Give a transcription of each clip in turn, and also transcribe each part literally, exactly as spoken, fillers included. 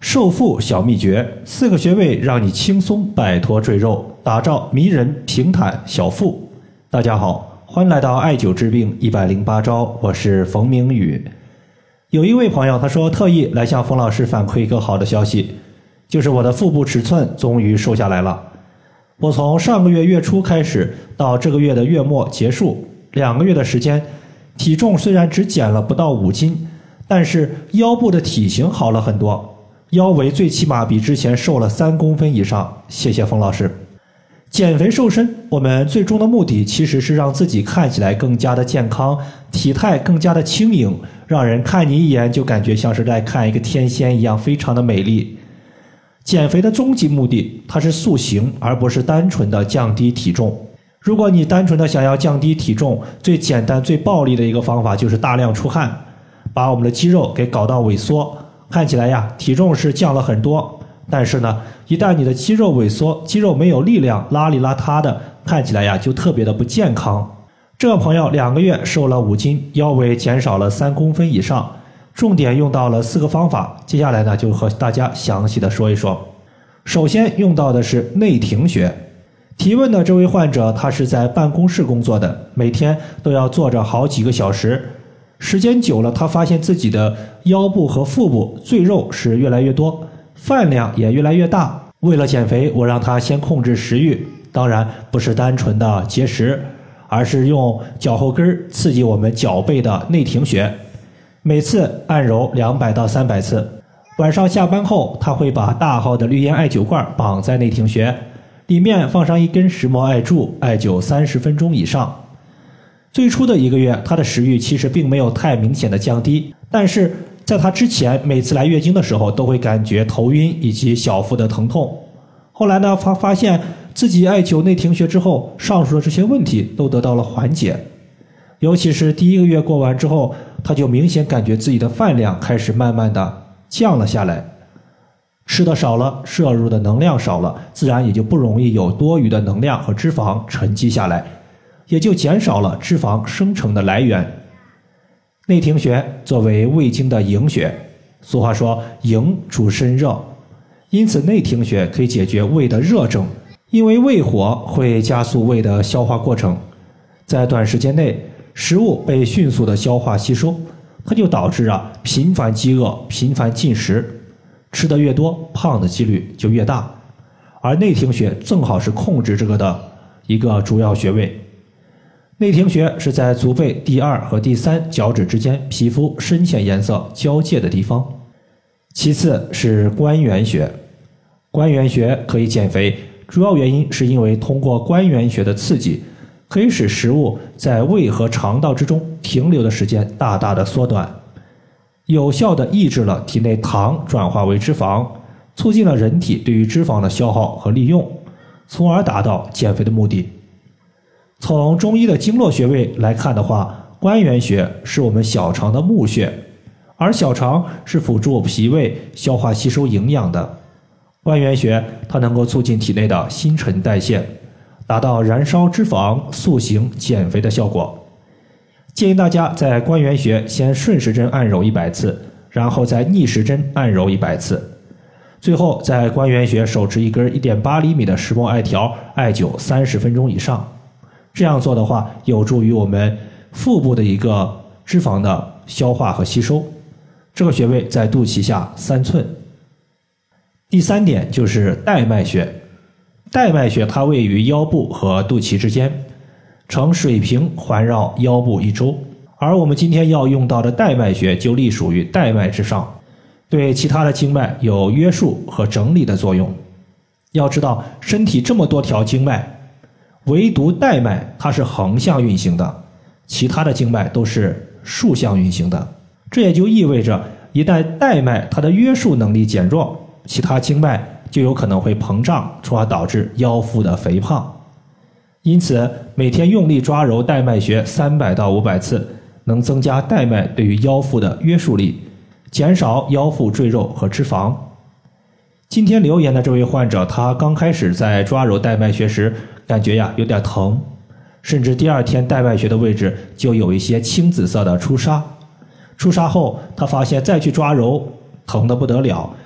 瘦腹小秘诀，四个穴位让你轻松摆脱赘肉，打造迷人平坦小腹。大家好，欢迎来到艾灸治病一百零八招，我是冯明宇。有一位朋友他说特意来向冯老师反馈一个好的消息，就是我的腹部尺寸终于瘦下来了。我从上个月月初开始到这个月的月末结束，两个月的时间，体重虽然只减了不到五斤，但是腰部的体型好了很多，腰围最起码比之前瘦了三公分以上，谢谢冯老师。减肥瘦身，我们最终的目的其实是让自己看起来更加的健康，体态更加的轻盈，让人看你一眼就感觉像是在看一个天仙一样，非常的美丽。减肥的终极目的，它是塑形，而不是单纯的降低体重。如果你单纯的想要降低体重，最简单最暴力的一个方法就是大量出汗，把我们的肌肉给搞到萎缩，看起来呀体重是降了很多，但是呢一旦你的肌肉萎缩，肌肉没有力量，邋里邋遢的，看起来呀就特别的不健康。这个朋友两个月瘦了五斤，腰围减少了三公分以上，重点用到了四个方法，接下来呢就和大家详细的说一说。首先用到的是内庭穴。提问的这位患者他是在办公室工作的，每天都要坐着好几个小时，时间久了他发现自己的腰部和腹部赘肉是越来越多，饭量也越来越大。为了减肥，我让他先控制食欲，当然不是单纯的节食，而是用脚后跟刺激我们脚背的内庭穴，每次按揉两百到三百次。晚上下班后，他会把大号的绿烟艾灸罐绑在内庭穴，里面放上一根石墨艾柱，艾灸三十分钟以上。最初的一个月，他的食欲其实并没有太明显的降低，但是在他之前每次来月经的时候都会感觉头晕以及小腹的疼痛。后来呢，他发现自己艾灸内庭穴之后，上述的这些问题都得到了缓解。尤其是第一个月过完之后，他就明显感觉自己的饭量开始慢慢的降了下来，吃的少了，摄入的能量少了，自然也就不容易有多余的能量和脂肪沉积下来，也就减少了脂肪生成的来源。内庭穴作为胃经的营穴，俗话说营主身热，因此内庭穴可以解决胃的热症，因为胃火会加速胃的消化过程，在短时间内食物被迅速的消化吸收，它就导致啊频繁饥饿，频繁进食，吃得越多，胖的几率就越大。而内庭穴正好是控制这个的一个主要穴位。内庭穴是在足背第二和第三脚趾之间皮肤深浅颜色交界的地方。其次是关元穴。关元穴可以减肥，主要原因是因为通过关元穴的刺激，可以使食物在胃和肠道之中停留的时间大大的缩短，有效地抑制了体内糖转化为脂肪，促进了人体对于脂肪的消耗和利用，从而达到减肥的目的。从中医的经络穴位来看的话，关元穴是我们小肠的募穴，而小肠是辅助脾胃消化吸收营养的。关元穴它能够促进体内的新陈代谢，达到燃烧脂肪、塑形、减肥的效果。建议大家在关元穴先顺时针按揉一百次，然后再逆时针按揉一百次，最后在关元穴手持一根 一点八厘米的石墨艾条艾灸三十分钟以上。这样做的话，有助于我们腹部的一个脂肪的消化和吸收。这个穴位在肚脐下三寸。第三点就是带脉穴。带脉穴它位于腰部和肚脐之间，呈水平环绕腰部一周，而我们今天要用到的带脉穴就隶属于带脉之上，对其他的经脉有约束和整理的作用。要知道身体这么多条经脉，唯独带脉它是横向运行的，其他的经脉都是竖向运行的。这也就意味着一旦带脉它的约束能力减弱，其他经脉就有可能会膨胀，从而导致腰腹的肥胖。因此每天用力抓揉带脉穴三百到五百次，能增加带脉对于腰腹的约束力，减少腰腹赘肉和脂肪。今天留言的这位患者，他刚开始在抓揉带脉穴时感觉呀有点疼，甚至第二天带脉穴的位置就有一些青紫色的出痧。出痧后他发现再去抓揉疼得不得了，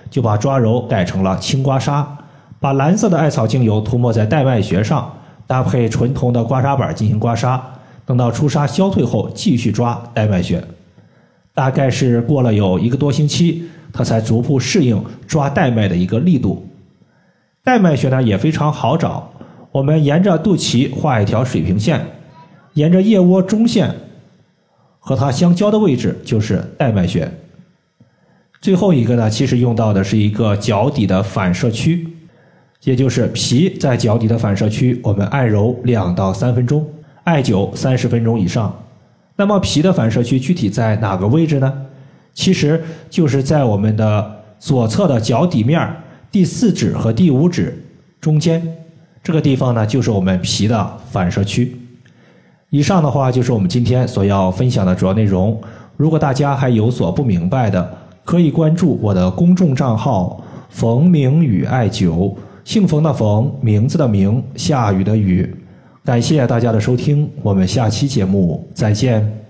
就把抓揉改成了轻刮痧，把蓝色的艾草精油涂抹在带脉穴上，搭配纯铜的刮痧板进行刮痧，等到出痧消退后继续抓带脉穴。大概是过了有一个多星期，他才逐步适应抓带脉的一个力度。带脉穴呢也非常好找，我们沿着肚脐画一条水平线，沿着腋窝中线和它相交的位置就是带脉穴。最后一个呢，其实用到的是一个脚底的反射区，也就是脾在脚底的反射区，我们按揉两到三分钟，艾灸三十分钟以上。那么脾的反射区具体在哪个位置呢？其实就是在我们的左侧的脚底面第四指和第五指中间，这个地方呢就是我们脾的反射区。以上的话就是我们今天所要分享的主要内容。如果大家还有所不明白的，可以关注我的公众账号冯明宇艾灸，姓冯的冯，名字的名，下雨的雨。感谢大家的收听，我们下期节目再见。